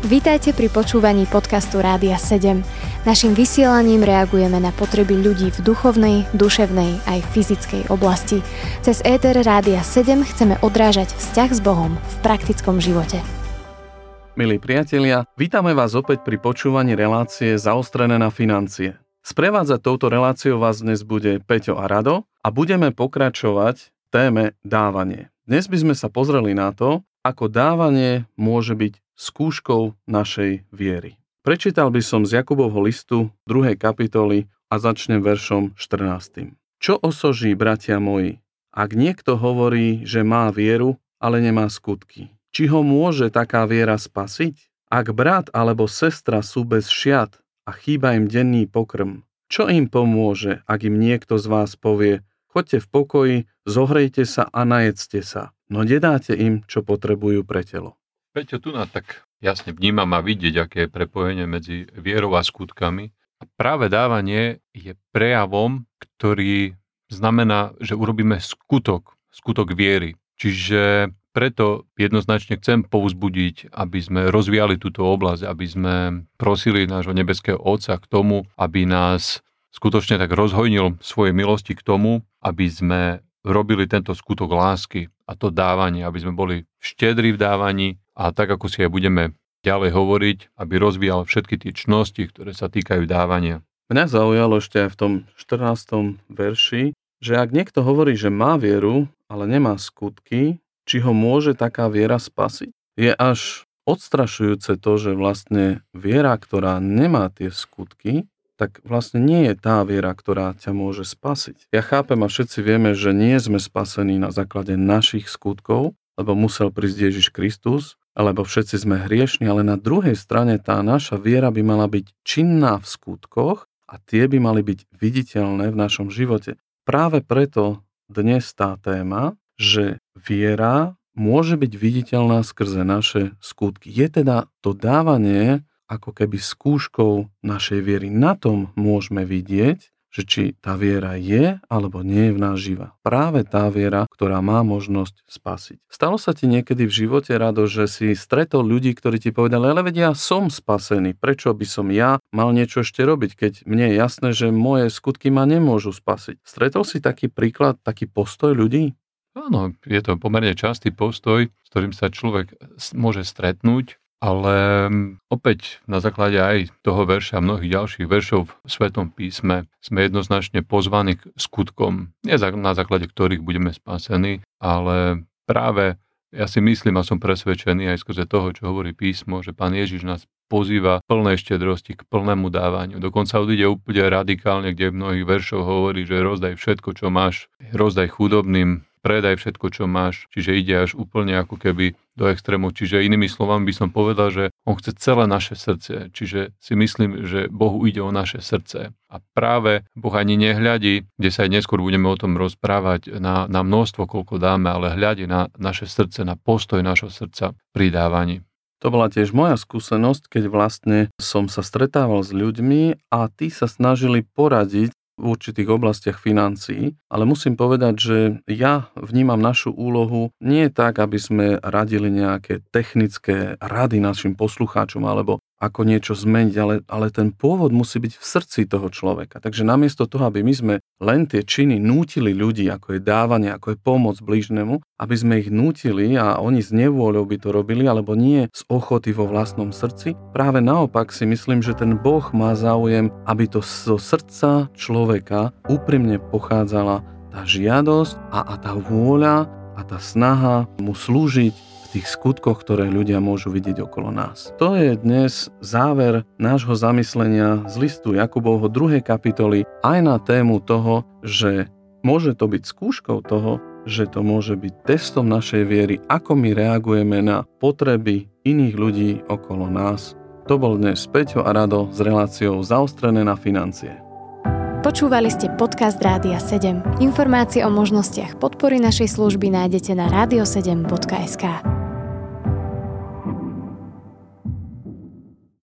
Vítajte pri počúvaní podcastu Rádia 7. Naším vysielaním reagujeme na potreby ľudí v duchovnej, duševnej aj fyzickej oblasti. Cez éter Rádia 7 chceme odrážať vzťah s Bohom v praktickom živote. Milí priatelia, vítame vás opäť pri počúvaní relácie Zaostrené na financie. Sprevádzať touto reláciou vás dnes bude Peťo a Rado a budeme pokračovať v téme dávanie. Dnes by sme sa pozreli na to, ako dávanie môže byť skúškou našej viery. Prečítal by som z Jakubovho listu 2. kapitoly a začnem veršom 14. Čo osoží, bratia moji, ak niekto hovorí, že má vieru, ale nemá skutky? Či ho môže taká viera spasiť? Ak brat alebo sestra sú bez šiat a chýba im denný pokrm, čo im pomôže, ak im niekto z vás povie, choďte v pokoji, zohrejte sa a najedzte sa, no nedáte im, čo potrebujú pre telo. Peťo, tu tak jasne vnímam a vidieť, aké je prepojenie medzi vierou a skutkami. A práve dávanie je prejavom, ktorý znamená, že urobíme skutok viery. Čiže preto jednoznačne chcem povzbudiť, aby sme rozvíjali túto oblasť, aby sme prosili nášho nebeského Otca k tomu, aby nás skutočne tak rozhojnil svojej milosti k tomu, aby sme robili tento skutok lásky a to dávanie, aby sme boli štedrí v dávaní a tak, ako si aj budeme ďalej hovoriť, aby rozvíjal všetky tie čnosti, ktoré sa týkajú dávania. Mňa zaujalo ešte aj v tom 14. verši, že ak niekto hovorí, že má vieru, ale nemá skutky, či ho môže taká viera spasiť? Je až odstrašujúce to, že vlastne viera, ktorá nemá tie skutky, tak vlastne nie je tá viera, ktorá ťa môže spasiť. Ja chápem a všetci vieme, že nie sme spasení na základe našich skutkov, lebo musel prísť Ježiš Kristus, alebo všetci sme hriešni, ale na druhej strane tá naša viera by mala byť činná v skutkoch a tie by mali byť viditeľné v našom živote. Práve preto dnes tá téma, že viera môže byť viditeľná skrze naše skutky. Je teda to dávanie ako keby skúškou našej viery. Na tom môžeme vidieť, že či tá viera je alebo nie je v nás živá. Práve tá viera, ktorá má možnosť spasiť. Stalo sa ti niekedy v živote, Rado, že si stretol ľudí, ktorí ti povedali, ale veď ja som spasený, prečo by som ja mal niečo ešte robiť, keď mne je jasné, že moje skutky ma nemôžu spasiť. Stretol si taký príklad, taký postoj ľudí? Áno, je to pomerne častý postoj, s ktorým sa človek môže stretnúť, ale opäť na základe aj toho verša a mnohých ďalších veršov v Svetom písme sme jednoznačne pozvaní k skutkom, nie na základe ktorých budeme spasení, ale práve ja si myslím a som presvedčený aj skrze toho, čo hovorí písmo, že Pán Ježiš nás pozýva plnej štedrosti k plnému dávaniu. Dokonca odíde úplne radikálne, kde v mnohých veršoch hovorí, že rozdaj všetko, čo máš, rozdaj chudobným, predaj všetko, čo máš, čiže ide až úplne ako keby do extrému. Čiže inými slovami by som povedal, že on chce celé naše srdce. Čiže si myslím, že Bohu ide o naše srdce. A práve Boh ani nehľadí, kde sa aj neskôr budeme o tom rozprávať, na množstvo, koľko dáme, ale hľadí na naše srdce, na postoj našho srdca pri dávaní. To bola tiež moja skúsenosť, keď vlastne som sa stretával s ľuďmi a tí sa snažili poradiť v určitých oblastiach financií, ale musím povedať, že ja vnímam našu úlohu nie tak, aby sme radili nejaké technické rady našim poslucháčom alebo ako niečo zmeniť, ale ten pôvod musí byť v srdci toho človeka. Takže namiesto toho, aby my sme len tie činy nútili ľudí, ako je dávanie, ako je pomoc blížnemu, aby sme ich nútili a oni z nevôľou by to robili, alebo nie z ochoty vo vlastnom srdci. Práve naopak si myslím, že ten Boh má záujem, aby to zo srdca človeka úprimne pochádzala tá žiadosť a tá vôľa a tá snaha mu slúžiť tých skutkoch, ktoré ľudia môžu vidieť okolo nás. To je dnes záver nášho zamyslenia z listu Jakubovho 2. kapitoly aj na tému toho, že môže to byť skúškou toho, že to môže byť testom našej viery, ako my reagujeme na potreby iných ľudí okolo nás. To bol dnes Peťo a Rado s reláciou Zaostrené na financie. Počúvali ste podcast Rádia 7. Informácie o možnostiach podpory našej služby nájdete na radio7.sk.